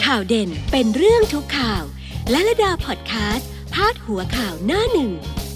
ข่าวเด่นเป็นเรื่องทุกข่าวและระดาพอดแคสต์พาดหัวข่าวหน้าหนึ่ง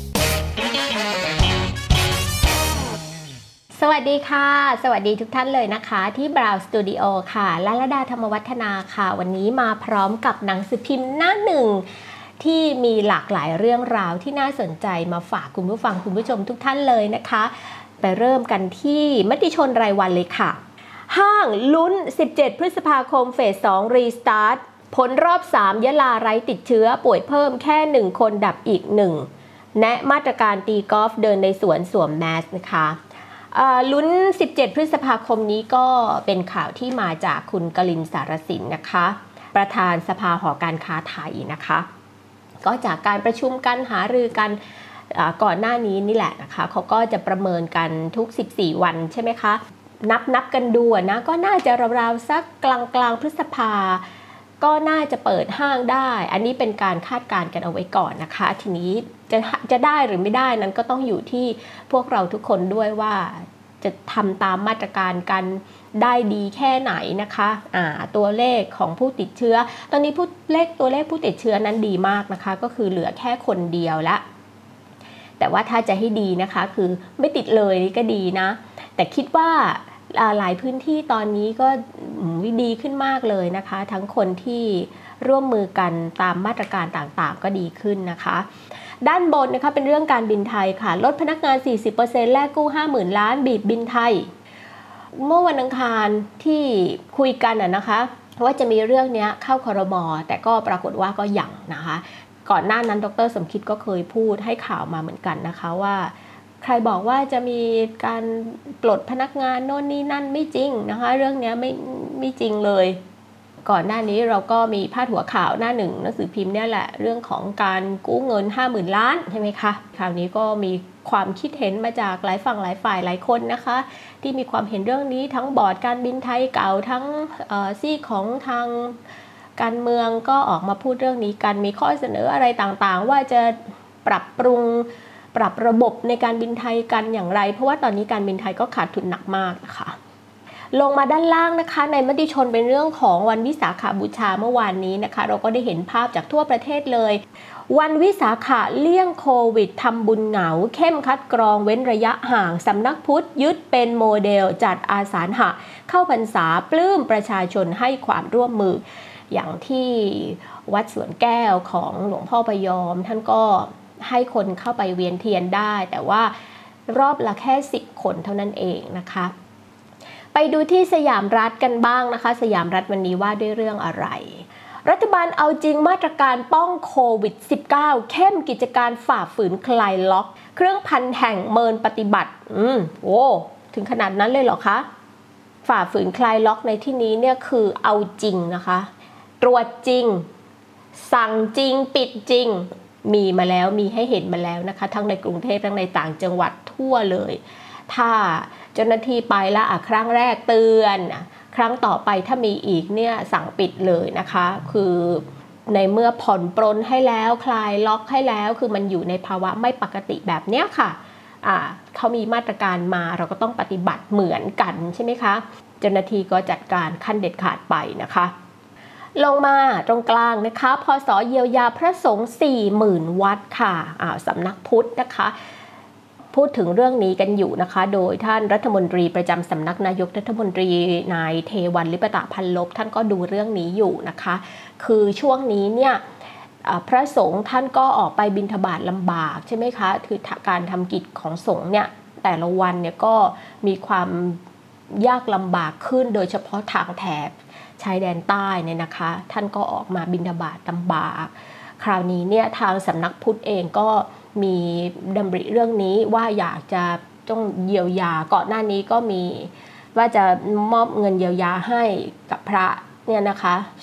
สวัสดีค่ะสวัสดีทุกท่านเลยนะคะที่ Brown Studio ค่ะและระดาธรรมวัฒนาค่ะวันนี้มาพร้อมกับหนังสือพิมพ์หน้าหนึ่งที่มีหลากหลายเรื่องราวที่น่าสนใจมาฝากคุณผู้ฟังคุณผู้ชมทุกท่านเลยนะคะไปเริ่มกันที่มติชนรายวันเลยค่ะห้างลุ้น17พฤษภาคมเฟส2รีสตาร์ทผลรอบ3ยะลาไร้ติดเชื้อป่วยเพิ่มแค่1คนดับอีก1แนะมาตรการตีกอล์ฟเดินในสวนสวมแมสนะคะลุ้น17พฤษภาคมนี้ก็เป็นข่าวที่มาจากคุณกลินสารสินนะคะประธานสภาหอการค้าไทยนะคะก็จากการประชุมกันหารือกันก่อนหน้านี้นี่แหละนะคะเขาก็จะประเมินกันทุก14วันใช่ไหมคะนับกันดูนะก็น่าจะราวๆสักกลางพฤษภาก็น่าจะเปิดห้างได้อันนี้เป็นการคาดการณ์กันเอาไว้ก่อนนะคะทีนี้จะได้หรือไม่ได้นั้นก็ต้องอยู่ที่พวกเราทุกคนด้วยว่าจะทำตามมาตรการกันได้ดีแค่ไหนนะคะตัวเลขของผู้ติดเชื้อตอนนี้ตัวเลขผู้ติดเชื้อนั้นดีมากนะคะก็คือเหลือแค่คนเดียวละแต่ว่าถ้าจะให้ดีนะคะคือไม่ติดเลยนี่ก็ดีนะแต่คิดว่าหลายพื้นที่ตอนนี้ก็ดีขึ้นมากเลยนะคะทั้งคนที่ร่วมมือกันตามมาตรการต่างๆก็ดีขึ้นนะคะด้านบนนะคะเป็นเรื่องการบินไทยค่ะลดพนักงาน 40% แลกกู้ 50,000 ล้านบีบบินไทยเมื่อวันอังคารที่คุยกันนะคะว่าจะมีเรื่องนี้เข้าครม.แต่ก็ปรากฏว่าก็ยังนะคะก่อนหน้านั้นดร.สมคิดก็เคยพูดให้ข่าวมาเหมือนกันนะคะว่าใครบอกว่าจะมีการปลดพนักงานโน่นนี่นั่นไม่จริงนะคะเรื่องนี้ไม่จริงเลยก่อนหน้านี้เราก็มีพาดหัวข่าวหน้าหนึ่งหนังสือพิมพ์เนี่ยแหละเรื่องของการกู้เงิน 50,000 ล้านใช่ไหมคะคราวนี้ก็มีความคิดเห็นมาจากหลายฝั่งหลายฝ่ายหลายคนนะคะที่มีความเห็นเรื่องนี้ทั้งบอร์ดการบินไทยเก่าทั้งซี่ของทางการเมืองก็ออกมาพูดเรื่องนี้กันมีข้อเสนออะไรต่างๆว่าจะปรับปรุงปรับระบบในการบินไทยกันอย่างไรเพราะว่าตอนนี้การบินไทยก็ขาดทุนหนักมากนะคะลงมาด้านล่างนะคะในมติชนเป็นเรื่องของวันวิสาขบูชาเมื่อวานนี้นะคะเราก็ได้เห็นภาพจากทั่วประเทศเลยวันวิสาขะเลี่ยงโควิดทำบุญเหงาเข้มคัดกรองเว้นระยะห่างสำนักพุทธยึดเป็นโมเดลจัดอาสาฬหะเข้าพรรษาปลื้มประชาชนให้ความร่วมมืออย่างที่วัดสวนแก้วของหลวงพ่อพยอมท่านก็ให้คนเข้าไปเวียนเทียนได้แต่ว่ารอบละแค่10 คนเท่านั้นเองนะคะไปดูที่สยามรัฐกันบ้างนะคะสยามรัฐวันนี้ว่าด้วยเรื่องอะไรรัฐบาลเอาจริงมาตรการป้องโควิด -19 เข้มกิจการฝ่าฝืนคลายล็อกเครื่องพันแห่งเมินปฏิบัติโอ้ถึงขนาดนั้นเลยเหรอคะฝ่าฝืนคลายล็อกในที่นี้เนี่ยคือเอาจริงนะคะตรวจจริงสั่งจริงปิดจริงมีมาแล้วมีให้เห็นมาแล้วนะคะทั้งในกรุงเทพทั้งในต่างจังหวัดทั่วเลยถ้าเจ้าหน้าที่ไปแล้วครั้งแรกเตือนครั้งต่อไปถ้ามีอีกเนี่ยสั่งปิดเลยนะคะคือในเมื่อผ่อนปรนให้แล้วคลายล็อกให้แล้วคือมันอยู่ในภาวะไม่ปกติแบบเนี้ยค่ะเขามีมาตรการมาเราก็ต้องปฏิบัติเหมือนกันใช่ไหมคะเจ้าหน้าที่ก็จัดการขั้นเด็ดขาดไปนะคะลงมาตรงกลางนะคะพส.เยียวยาพระสงฆ์ 40,000 วัดค่ะสำนักพุทธนะคะพูดถึงเรื่องนี้กันอยู่นะคะโดยท่านรัฐมนตรีประจำสำนักนายกรัฐมนตรีนายเทวันลิปตะพันลบท่านก็ดูเรื่องนี้อยู่นะคะคือช่วงนี้เนี่ยพระสงฆ์ท่านก็ออกไปบิณฑบาตลำบากใช่ไหมคะคือการทำกิจของสงฆ์เนี่ยแต่ละวันเนี่ยก็มีความยากลำบากขึ้นโดยเฉพาะทางแถบชายแดนใต้เนี่ยนะคะท่านก็ออกมาบิณฑบาตลำบากคราวนี้เนี่ยทางสำนักพุทธเองก็มีดำริเรื่องนี้ว่าอยากจะต้องเยียวยาก่อนหน้านี้ก็มีว่าจะมอบเงินเยียวยาให้กับพระเนี่ยนะคะ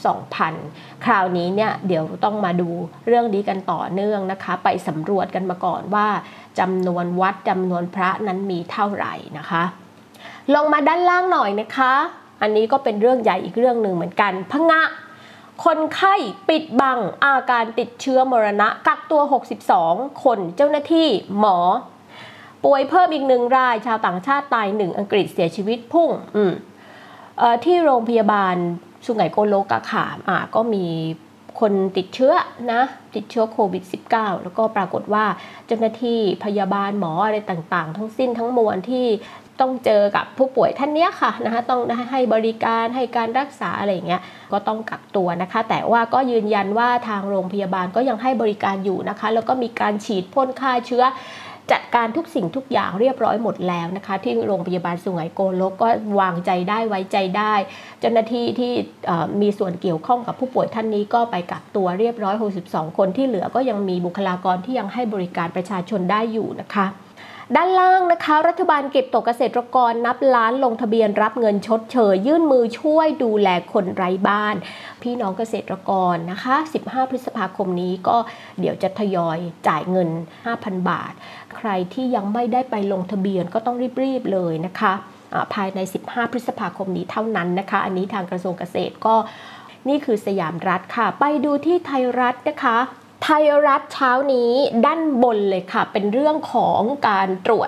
2,000 คราวนี้เนี่ยเดี๋ยวต้องมาดูเรื่องนี้กันต่อเนื่องนะคะไปสำรวจกันมาก่อนว่าจำนวนวัดจำนวนพระนั้นมีเท่าไหร่นะคะลงมาด้านล่างหน่อยนะคะอันนี้ก็เป็นเรื่องใหญ่อีกเรื่องหนึ่งเหมือนกันพะงะคนไข้ปิดบังอาการติดเชื้อมรณะกักตัว62คนเจ้าหน้าที่หมอป่วยเพิ่มอีก1 รายชาวต่างชาติตาย1อังกฤษเสียชีวิตพุ่งที่โรงพยาบาลสุไหงโกลกอะค่ะก็มีคนติดเชื้อติดเชื้อโควิด -19 แล้วก็ปรากฏว่าเจ้าหน้าที่พยาบาลหมออะไรต่างๆทั้งสิ้นทั้งมวลที่ต้องเจอกับผู้ป่วยท่านนี้ค่ะต้องให้บริการให้การรักษาอะไรอย่างเงี้ยก็ต้องกักตัวนะคะแต่ว่าก็ยืนยันว่าทางโรงพยาบาลก็ยังให้บริการอยู่นะคะแล้วก็มีการฉีดพ่นฆ่าเชื้อจัดการทุกสิ่งทุกอย่างเรียบร้อยหมดแล้วนะคะที่โรงพยาบาลสุไหงโกลกก็วางใจได้ไว้ใจได้เจ้าหน้าที่ที่มีส่วนเกี่ยวข้องกับผู้ป่วยท่านนี้ก็ไปกักตัวเรียบร้อย62คนที่เหลือก็ยังมีบุคลากรที่ยังให้บริการประชาชนได้อยู่นะคะด้านล่างนะคะรัฐบาลเก็บตกเกษตรกรนับล้านลงทะเบียนรับเงินชดเชยยื่นมือช่วยดูแลคนไร้บ้านพี่น้องเกษตรกรนะคะ15พฤษภาคมนี้ก็เดี๋ยวจะทยอยจ่ายเงิน 5,000 บาทใครที่ยังไม่ได้ไปลงทะเบียนก็ต้องรีบๆเลยนะคะภายใน15พฤษภาคมนี้เท่านั้นนะคะอันนี้ทางกระทรวงเกษตรก็นี่คือสยามรัฐค่ะไปดูที่ไทยรัฐนะคะไทยรัฐเช้านี้ด้านบนเลยค่ะเป็นเรื่องของการตรวจ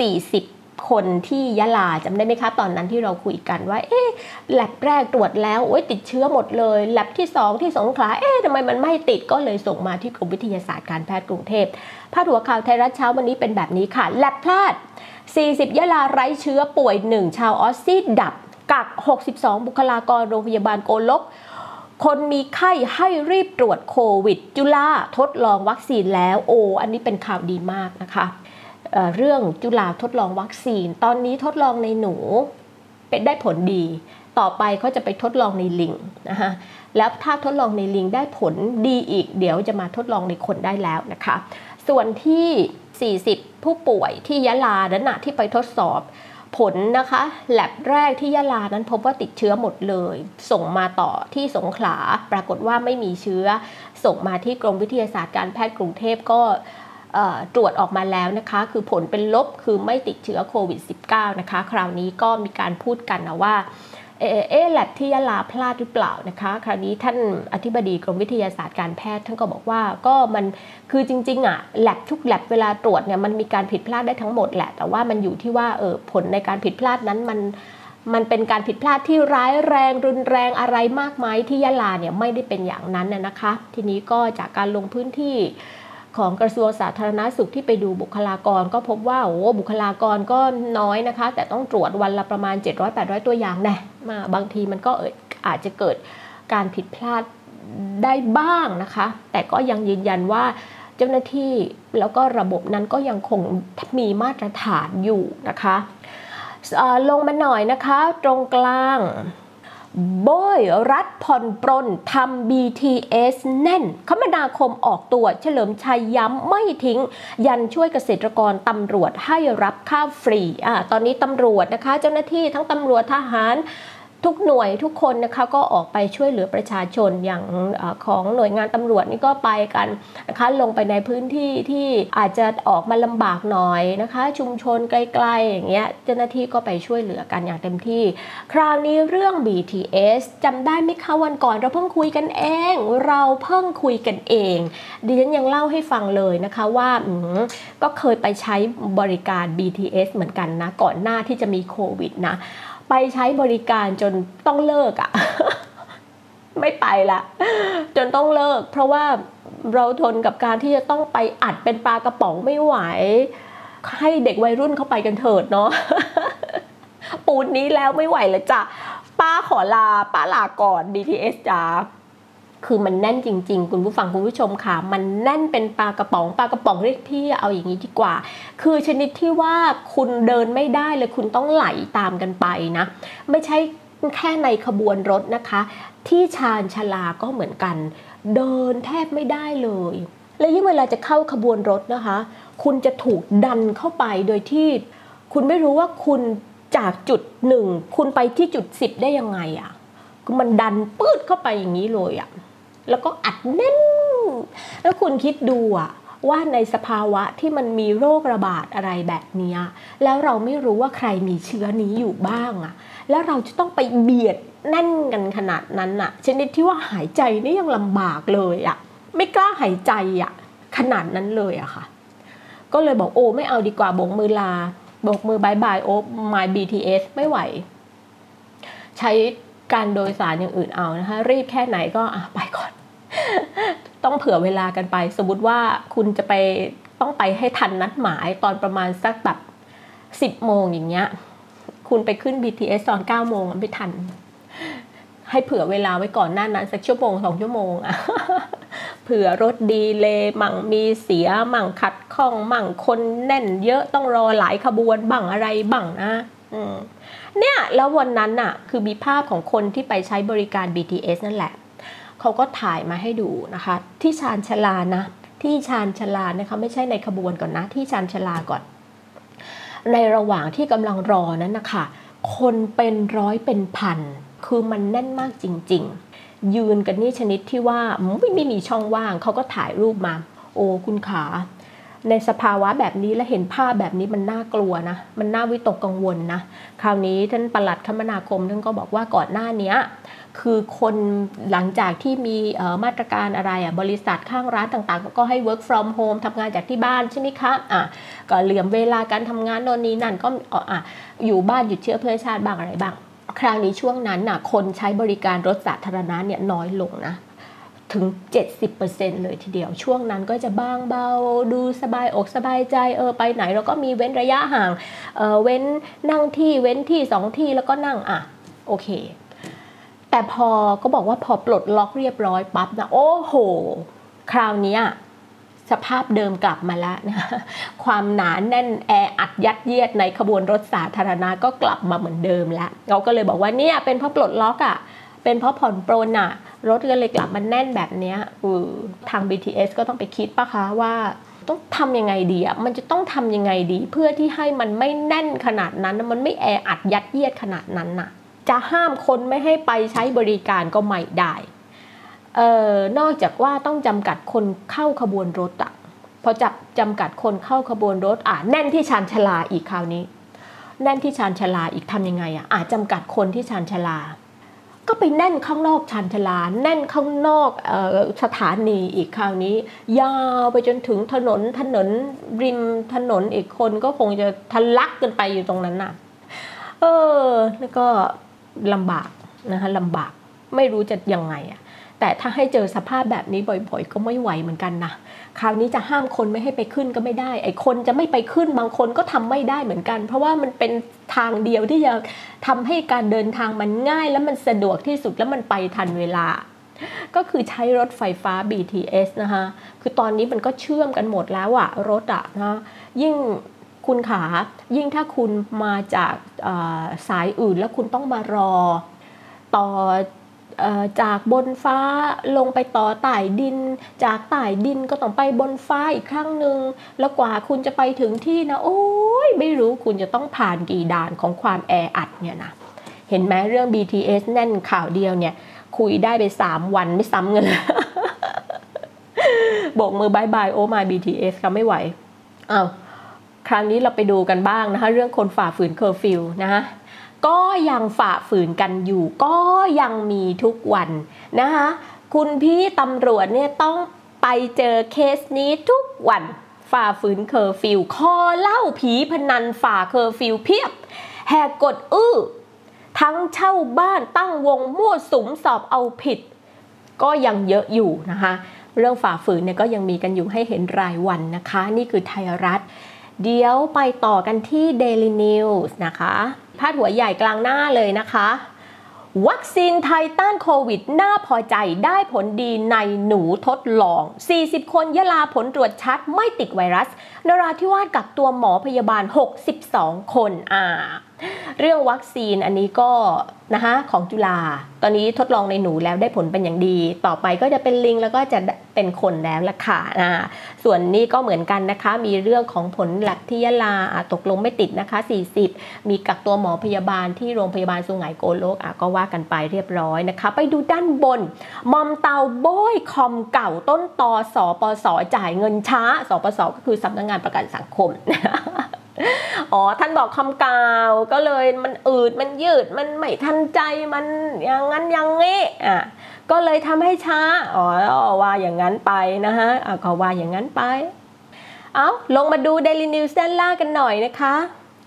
40คนที่ยะลาจำได้ไหมคะตอนนั้นที่เราคุยกันว่าแลบแรกตรวจแล้วติดเชื้อหมดเลยแลบที่2ที่สงขลาทำไมมันไม่ติดก็เลยส่งมาที่กรมวิทยาศาสตร์การแพทย์กรุงเทพพาดหัวข่าวไทยรัฐเช้าวันนี้เป็นแบบนี้ค่ะแลบพลาด40ยะลาไร้เชื้อป่วย1ชาวออสซี่ดับกัก62บุคลากรโรงพยาบาลโกลกคนมีไข้ให้รีบตรวจโควิดจุฬาทดลองวัคซีนแล้วอันนี้เป็นข่าวดีมากนะคะเรื่องจุฬาทดลองวัคซีนตอนนี้ทดลองในหนูเป็นได้ผลดีต่อไปเขาจะไปทดลองในลิงนะคะแล้วถ้าทดลองในลิงได้ผลดีอีกเดี๋ยวจะมาทดลองในคนได้แล้วนะคะส่วนที่40ผู้ป่วยที่ยะลานั้นนะที่ไปทดสอบผลนะคะแลบแรกที่ยะลานั้นพบว่าติดเชื้อหมดเลยส่งมาต่อที่สงขลาปรากฏว่าไม่มีเชื้อส่งมาที่กรมวิทยาศาสตร์การแพทย์กรุงเทพก็ตรวจออกมาแล้วนะคะคือผลเป็นลบคือไม่ติดเชื้อโควิด -19 นะคะคราวนี้ก็มีการพูดกันนะว่าแลบที่ยะลาพลาดหรือเปล่านะคะคราวนี้ท่านอธิบดีกรมวิทยาศาสตร์การแพทย์ท่านก็บอกว่าก็มันคือจริงๆแลบทุกแลบเวลาตรวจเนี่ยมันมีการผิดพลาดได้ทั้งหมดแหละแต่ว่ามันอยู่ที่ว่าผลในการผิดพลาดนั้นมันเป็นการผิดพลาดที่ร้ายแรงรุนแรงอะไรมากไหมที่ยะลาเนี่ยไม่ได้เป็นอย่างนั้นนะคะทีนี้ก็จากการลงพื้นที่ของกระทรวงสาธารณสุขที่ไปดูบุคลากรก็พบว่าบุคลากรก็น้อยนะคะแต่ต้องตรวจวันละประมาณ 700-800 ตัวอย่างบางทีมันก็อาจจะเกิดการผิดพลาดได้บ้างนะคะแต่ก็ยังยืนยันว่าเจ้าหน้าที่แล้วก็ระบบนั้นก็ยังคงมีมาตรฐานอยู่นะคะลงมาหน่อยนะคะตรงกลางโบยรัฐผ่อนปรนทำ BTS แน่นคมนาคมออกตัวเฉลิมชัยย้ำไม่ทิ้งยันช่วยเกษตรกรตำรวจให้รับข้าวฟรีตอนนี้ตำรวจนะคะเจ้าหน้าที่ทั้งตำรวจทหารทุกหน่วยทุกคนนะคะก็ออกไปช่วยเหลือประชาชนอย่างของหน่วยงานตำรวจนี่ก็ไปกันนะคะลงไปในพื้นที่ที่อาจจะออกมาลำบากหน่อยนะคะชุมชนไกลๆอย่างเงี้ยเจ้าหน้าที่ก็ไปช่วยเหลือกันอย่างเต็มที่คราวนี้เรื่อง BTS จำได้ไหมคะวันก่อนเราเพิ่งคุยกันเองดิฉันยังเล่าให้ฟังเลยนะคะว่าก็เคยไปใช้บริการ BTS เหมือนกันนะก่อนหน้าที่จะมีโควิดนะไปใช้บริการจนต้องเลิกไม่ไปละจนต้องเลิกเพราะว่าเราทนกับการที่จะต้องไปอัดเป็นปลากระป๋องไม่ไหวให้เด็กวัยรุ่นเข้าไปกันเถิดเนาะ ปูนนี้แล้วไม่ไหวแล้วจ้ะป้าขอลาป้าลาก่อน BTS จ้าคือมันแน่นจริงๆคุณผู้ฟังคุณผู้ชมค่ะมันแน่นเป็นปลากระป๋องเรียกพี่เอาอย่างนี้ดีกว่าคือชนิดที่ว่าคุณเดินไม่ได้เลยคุณต้องไหลตามกันไปนะไม่ใช่แค่ในขบวนรถนะคะที่ชานชาลาก็เหมือนกันเดินแทบไม่ได้เลยและยิ่งเวลาจะเข้าขบวนรถนะคะคุณจะถูกดันเข้าไปโดยที่คุณไม่รู้ว่าคุณจากจุด1คุณไปที่จุด10ได้ยังไงคือมันดันปื๊ดเข้าไปอย่างนี้เลยแล้วก็อัดแน่นแล้วคุณคิดดูว่าในสภาวะที่มันมีโรคระบาดอะไรแบบนี้แล้วเราไม่รู้ว่าใครมีเชื้อนี้อยู่บ้างแล้วเราจะต้องไปเบียดแน่นกันขนาดนั้นชนิดที่ว่าหายใจนี่ยังลำบากเลยไม่กล้าหายใจขนาดนั้นเลยค่ะก็เลยบอกไม่เอาดีกว่าโบกมือลาโบกมือบายบายmy BTS ไม่ไหวใช้การโดยสารอย่างอื่นเอานะคะรีบแค่ไหนก็ไปก่อนต้องเผื่อเวลากันไปสมมติว่าคุณจะไปต้องไปให้ทันนัดหมายตอนประมาณสักแบบ10 โมงอย่างเงี้ยคุณไปขึ้น BTS ตอน9 โมงไม่ทันให้เผื่อเวลาไว้ก่อนหน้านั้นสัก1-2 ชั่วโมงเผื่อรถดีเลย์มั่งมีเสียมั่งขัดข้องมั่งคนแน่นเยอะต้องรอหลายขบวนบ้างอะไรบ้างนะเนี่ยแล้ววันนั้นน่ะคือมีภาพของคนที่ไปใช้บริการ BTS นั่นแหละเขาก็ถ่ายมาให้ดูนะคะที่ชานชาลานะที่ชานชาลานะคะไม่ใช่ในขบวนก่อนนะที่ชานชาลาก่อนในระหว่างที่กำลังรอนั้นนะคะคนเป็นร้อยเป็นพันคือมันแน่นมากจริงๆยืนกันนี่ชนิดที่ว่าไม่มีช่องว่างเขาก็ถ่ายรูปมาโอ้คุณขาในสภาวะแบบนี้และเห็นภาพแบบนี้มันน่ากลัวนะมันน่าวิตกกังวลนะคราวนี้ท่านปลัดคมนาคมท่านก็บอกว่าก่อนหน้านี้คือคนหลังจากที่มีมาตรการอะไรบริษัทข้างร้านต่างๆก็ให้ work from home ทำงานจากที่บ้านใช่ไหมคะก็เหลื่อมเวลาการทำงานโน่นนี่นั่นก็อยู่บ้านหยุดเชื้อเพื่อชาติบ้างอะไรบ้างคราวนี้ช่วงนั้นคนใช้บริการรถสาธารณะเนี่ยน้อยลงนะถึง 70% เลยทีเดียวช่วงนั้นก็จะบ้างเบาดูสบายอกสบายใจไปไหนเราก็มีเว้นระยะห่างเว้นนั่งที่เว้นที่2 ที่แล้วก็นั่งโอเคแต่ก็บอกว่าพอปลดล็อกเรียบร้อยปั๊บนะโอ้โหคราวนี้สภาพเดิมกลับมาแล้วนะความหนาแน่นแออัดยัดเยียดในขบวนรถสาธารณะก็กลับมาเหมือนเดิมแล้วเราก็เลยบอกว่าเนี่ยเป็นเพราะปลดล็อกเป็นเพราะผ่อนปรนรถก็เลยกลับมาแน่นแบบนี้ทาง BTS ก็ต้องไปคิดป่ะคะว่าต้องทำยังไงดีมันจะต้องทำยังไงดีเพื่อที่ให้มันไม่แน่นขนาดนั้นมันไม่แออัดยัดเยียดขนาดนั้นจะห้ามคนไม่ให้ไปใช้บริการก็ไม่ได้นอกจากว่าต้องจำกัดคนเข้าขบวนรถพอจำกัดคนเข้าขบวนรถแน่นที่ชานชาลาอีกคราวนี้แน่นที่ชานชาลาอีกทำยังไงจำกัดคนที่ชานชาลาก็ไปแน่นข้างนอกชานชาลาแน่นข้างนอกสถานีอีกคราวนี้ยาวไปจนถึงถนนริมถนนอีกคนก็คงจะทะลักกันไปอยู่ตรงนั้นแล้วก็ลำบากนะคะลำบากไม่รู้จะยังไงแต่ถ้าให้เจอสภาพแบบนี้บ่อยๆก็ไม่ไหวเหมือนกันนะคราวนี้จะห้ามคนไม่ให้ไปขึ้นก็ไม่ได้ไอ้คนจะไม่ไปขึ้นบางคนก็ทำไม่ได้เหมือนกันเพราะว่ามันเป็นทางเดียวที่จะทำให้การเดินทางมันง่ายและมันสะดวกที่สุดแล้วมันไปทันเวลาก็คือใช้รถไฟฟ้า BTS นะคะคือตอนนี้มันก็เชื่อมกันหมดแล้วรถนะยิ่งคุณขายิ่งถ้าคุณมาจากสายอื่นแล้วคุณต้องมารอต่อจากบนฟ้าลงไปต่อใต้ดินจากใต้ดินก็ต้องไปบนฟ้าอีกครั้งหนึ่งแล้วกว่าคุณจะไปถึงที่นะโอ้ยไม่รู้คุณจะต้องผ่านกี่ด่านของความแออัดเนี่ยนะเห็นไหมเรื่อง BTS แน่นข่าวเดียวเนี่ยคุยได้ไป3 วันไม่ซ้ำกันเลย โบกมือบายบายโอ้ my BTS ค่ะไม่ไหวครั้งนี้เราไปดูกันบ้างนะคะเรื่องคนฝ่าฝืนเคอร์ฟิวนะก็ยังฝ่าฝืนกันอยู่ก็ยังมีทุกวันนะคะคุณพี่ตำรวจเนี่ยต้องไปเจอเคสนี้ทุกวันฝ่าฝืนเคอร์ฟิวคอเล่าผีพนันฝ่าเคอร์ฟิวเพียบแหกกฎทั้งเช่าบ้านตั้งวงมั่วสุมสอบเอาผิดก็ยังเยอะอยู่นะคะเรื่องฝ่าฝืนเนี่ยก็ยังมีกันอยู่ให้เห็นรายวันนะคะนี่คือไทยรัฐเดี๋ยวไปต่อกันที่ Daily News นะคะพาดหัวใหญ่กลางหน้าเลยนะคะวัคซีนไทยต้านโควิดน่าพอใจได้ผลดีในหนูทดลอง40 คนยะลาผลตรวจชัดไม่ติดไวรัสนราธิวาสกักตัวหมอพยาบาล62 คนเรื่องวัคซีนอันนี้ก็นะคะของจุฬาตอนนี้ทดลองในหนูแล้วได้ผลเป็นอย่างดีต่อไปก็จะเป็นลิงแล้วก็จะเป็นคนแล้วล่ะค่ะส่วนนี้ก็เหมือนกันนะคะมีเรื่องของผลแลบที่ยะลาตกลงไม่ติดนะคะ40มีกักตัวหมอพยาบาลที่โรงพยาบาลสุไหงโกลกก็ว่ากันไปเรียบร้อยนะคะไปดูด้านบนมอมเตาโบยคอมเก่าต้นตอสปสจ่ายเงินช้าสปสก็คือสำนักงานประกันสังคมท่านบอกคำกล่าวก็เลยมันอืดมันยืดมันไม่ทันใจมันอย่างนั้นอย่างนี้ก็เลยทำให้ช้าว่าอย่างนั้นไปนะฮะก็ว่าอย่างนั้นไปลงมาดู Daily News ด้านล่างกันหน่อยนะคะ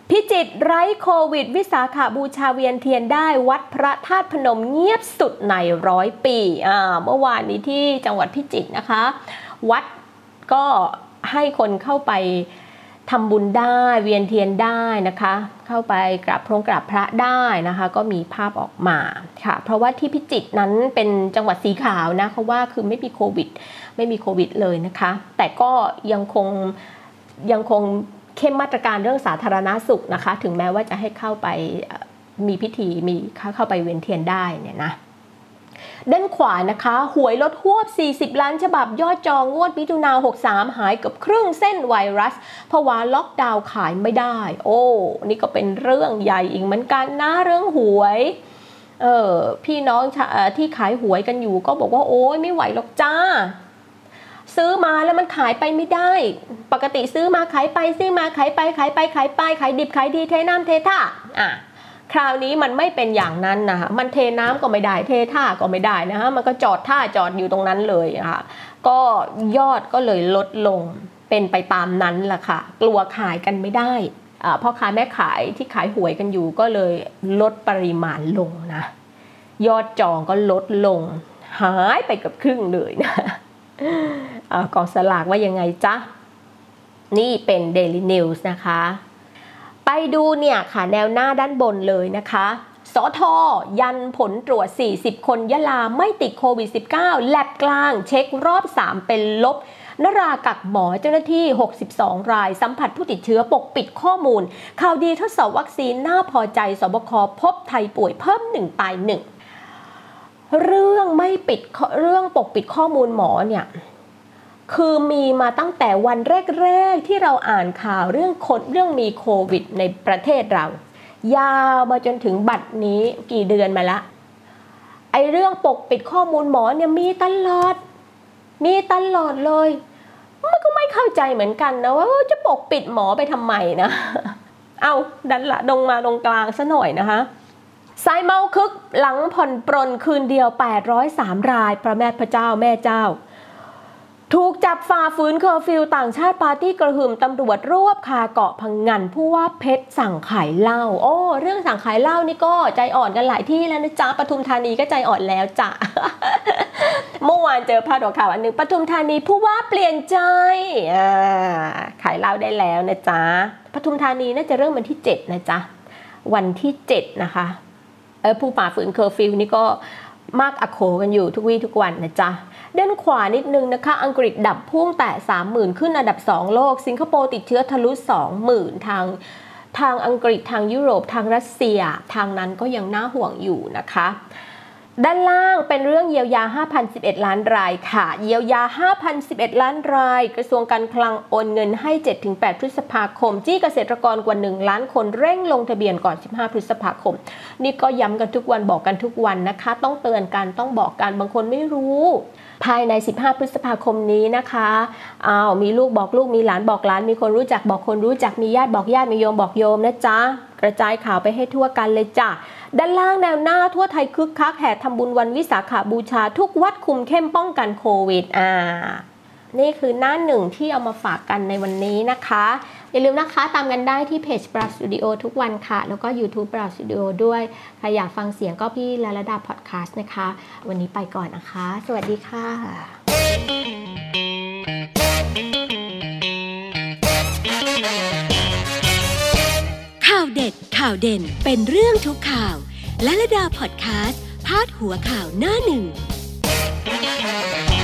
พิจิตรไร้โควิดวิสาขบูชาเวียนเทียนได้วัดพระธาตุพนมเงียบสุดใน100 ปีเมื่อวานนี้ที่จังหวัดพิจิตรนะคะวัดก็ให้คนเข้าไปทำบุญได้เวียนเทียนได้นะคะเข้าไปกราบพระได้นะคะก็มีภาพออกมาค่ะเพราะว่าที่พิจิตรนั้นเป็นจังหวัดสีขาวนะเขาว่าคือไม่มีโควิดเลยนะคะแต่ก็ยังคงเข้มมาตรการเรื่องสาธารณสุขนะคะถึงแม้ว่าจะให้เข้าไปมีพิธีเข้าไปเวียนเทียนได้เนี่ยนะด้านขวานะคะหวยลดฮวบ40 ล้านฉบับยอดจองงวดมิถุนายน63หายเกือบครึ่งเส้นไวรัสภาวะล็อกดาวน์ขายไม่ได้โอ้นี่ก็เป็นเรื่องใหญ่อีกเหมือนกันนะเรื่องหวยพี่น้องที่ขายหวยกันอยู่ก็บอกว่าโอ้ยไม่ไหวหรอกจ้าซื้อมาแล้วมันขายไปไม่ได้ปกติซื้อมาขายไปซื้อมาขายไปขายดิบขายดีเทน้ำเทท่าคราวนี้มันไม่เป็นอย่างนั้นนะคะมันเทน้ำก็ไม่ได้เทท่าก็ไม่ได้นะคะมันก็จอดอยู่ตรงนั้นเลยค่ะก็ยอดก็เลยลดลงเป็นไปตามนั้นแหละค่ะกลัวขายกันไม่ได้พ่อค้าแม่ขายที่ขายหวยกันอยู่ก็เลยลดปริมาณลงนะยอดจองก็ลดลงหายไปเกือบครึ่งเลยนะกองสลากว่ายังไงจ๊ะนี่เป็น Daily News นะคะไปดูเนี่ยค่ะแนวหน้าด้านบนเลยนะคะสท.ยันผลตรวจ40 คนยะลาไม่ติดโควิด -19 แลบกลางเช็ครอบ3เป็นลบนรากักหมอเจ้าหน้าที่62 รายสัมผัสผู้ติดเชื้อปกปิดข้อมูลข่าวดีทดสอบวัคซีนน่าพอใจสบคพบไทยป่วยเพิ่ม1ตาย1เรื่องปกปิดข้อมูลหมอเนี่ยคือมีมาตั้งแต่วันแรกๆที่เราอ่านข่าวเรื่องมีโควิดในประเทศเรายาวมาจนถึงบัดนี้กี่เดือนมาละไอเรื่องปกปิดข้อมูลหมอเนี่ยมีตลอดเลยมันก็ไม่เข้าใจเหมือนกันนะว่าจะปกปิดหมอไปทำไมนะเอาดันละลงมาตรงกลางซะหน่อยนะคะสายเมาคึกหลังผ่อนปรนคืนเดียว803 รายพระแม่พระเจ้าแม่เจ้าถูกจับฝ่าฝืนเคอร์ฟิวต่างชาติปาร์ตี้กระหึ่มตำรวจรวบคาเกาะพังงานผู้ว่าเพชรสั่งขายเหล้าเรื่องสั่งขายเหล้านี่ก็ใจอ่อนกันหลายที่แล้วนะจ๊ะปทุมธานีก็ใจอ่อนแล้วจ้ะ เมื่อวานเจอพาดหัวข่าวอันหนึ่งปทุมธานีผู้ว่าเปลี่ยนใจขายเหล้าได้แล้วนะจ๊ะปทุมธานีน่าจะเริ่มวันที่7นะจ๊ะวันที่7นะคะผู้ฝ่าฝืนเคอร์ฟิวนี่ก็มากอโขกันอยู่ทุกวี่ทุกวันนะจ๊ะด้านขวานิดนึงนะคะอังกฤษดับพุ่งแต่ 30,000 ขึ้นอันดับ2โลกสิงคโปร์ติดเชื้อทะลุ 20,000 ทางอังกฤษทางยุโรปทางรัสเซียทางนั้นก็ยังน่าห่วงอยู่นะคะด้านล่างเป็นเรื่องเยียวยา 5,011 ล้านรายค่ะเยียวยา 5,011 ล้านรายกระทรวงการคลังโอนเงินให้ 7-8 พฤษภาคมจี้เกษตรกรกว่า1ล้านคนเร่งลงทะเบียนก่อน15 พฤษภาคมนี่ก็ย้ำกันทุกวันบอกกันทุกวันนะคะต้องเตือนกันต้องบอกกันบางคนไม่รู้ภายใน15 พฤษภาคมนี้นะคะมีลูกบอกลูกมีหลานบอกหลานมีคนรู้จักบอกคนรู้จักมีญาติบอกญาติมีโยมบอกโยมนะจ๊ะกระจายข่าวไปให้ทั่วกันเลยจ้ะด้านล่างแนวหน้าทั่วไทยคึกคักแห่ทำบุญวันวิสาขบูชาทุกวัดคุมเข้มป้องกันโควิดนี่คือหน้าหนึ่งที่เอามาฝากกันในวันนี้นะคะอย่าลืมนะคะตามกันได้ที่เพจ Brow Studio ทุกวันค่ะแล้วก็ YouTube Brow Studio ด้วยใครอยากฟังเสียงก็พี่ลลดาพอดแคสต์นะคะวันนี้ไปก่อนนะคะสวัสดีค่ะข่าวเด็ดข่าวเด่นเป็นเรื่องทุกข่าวลลดาพอดแคสต์พาดหัวข่าวหน้าหนึ่ง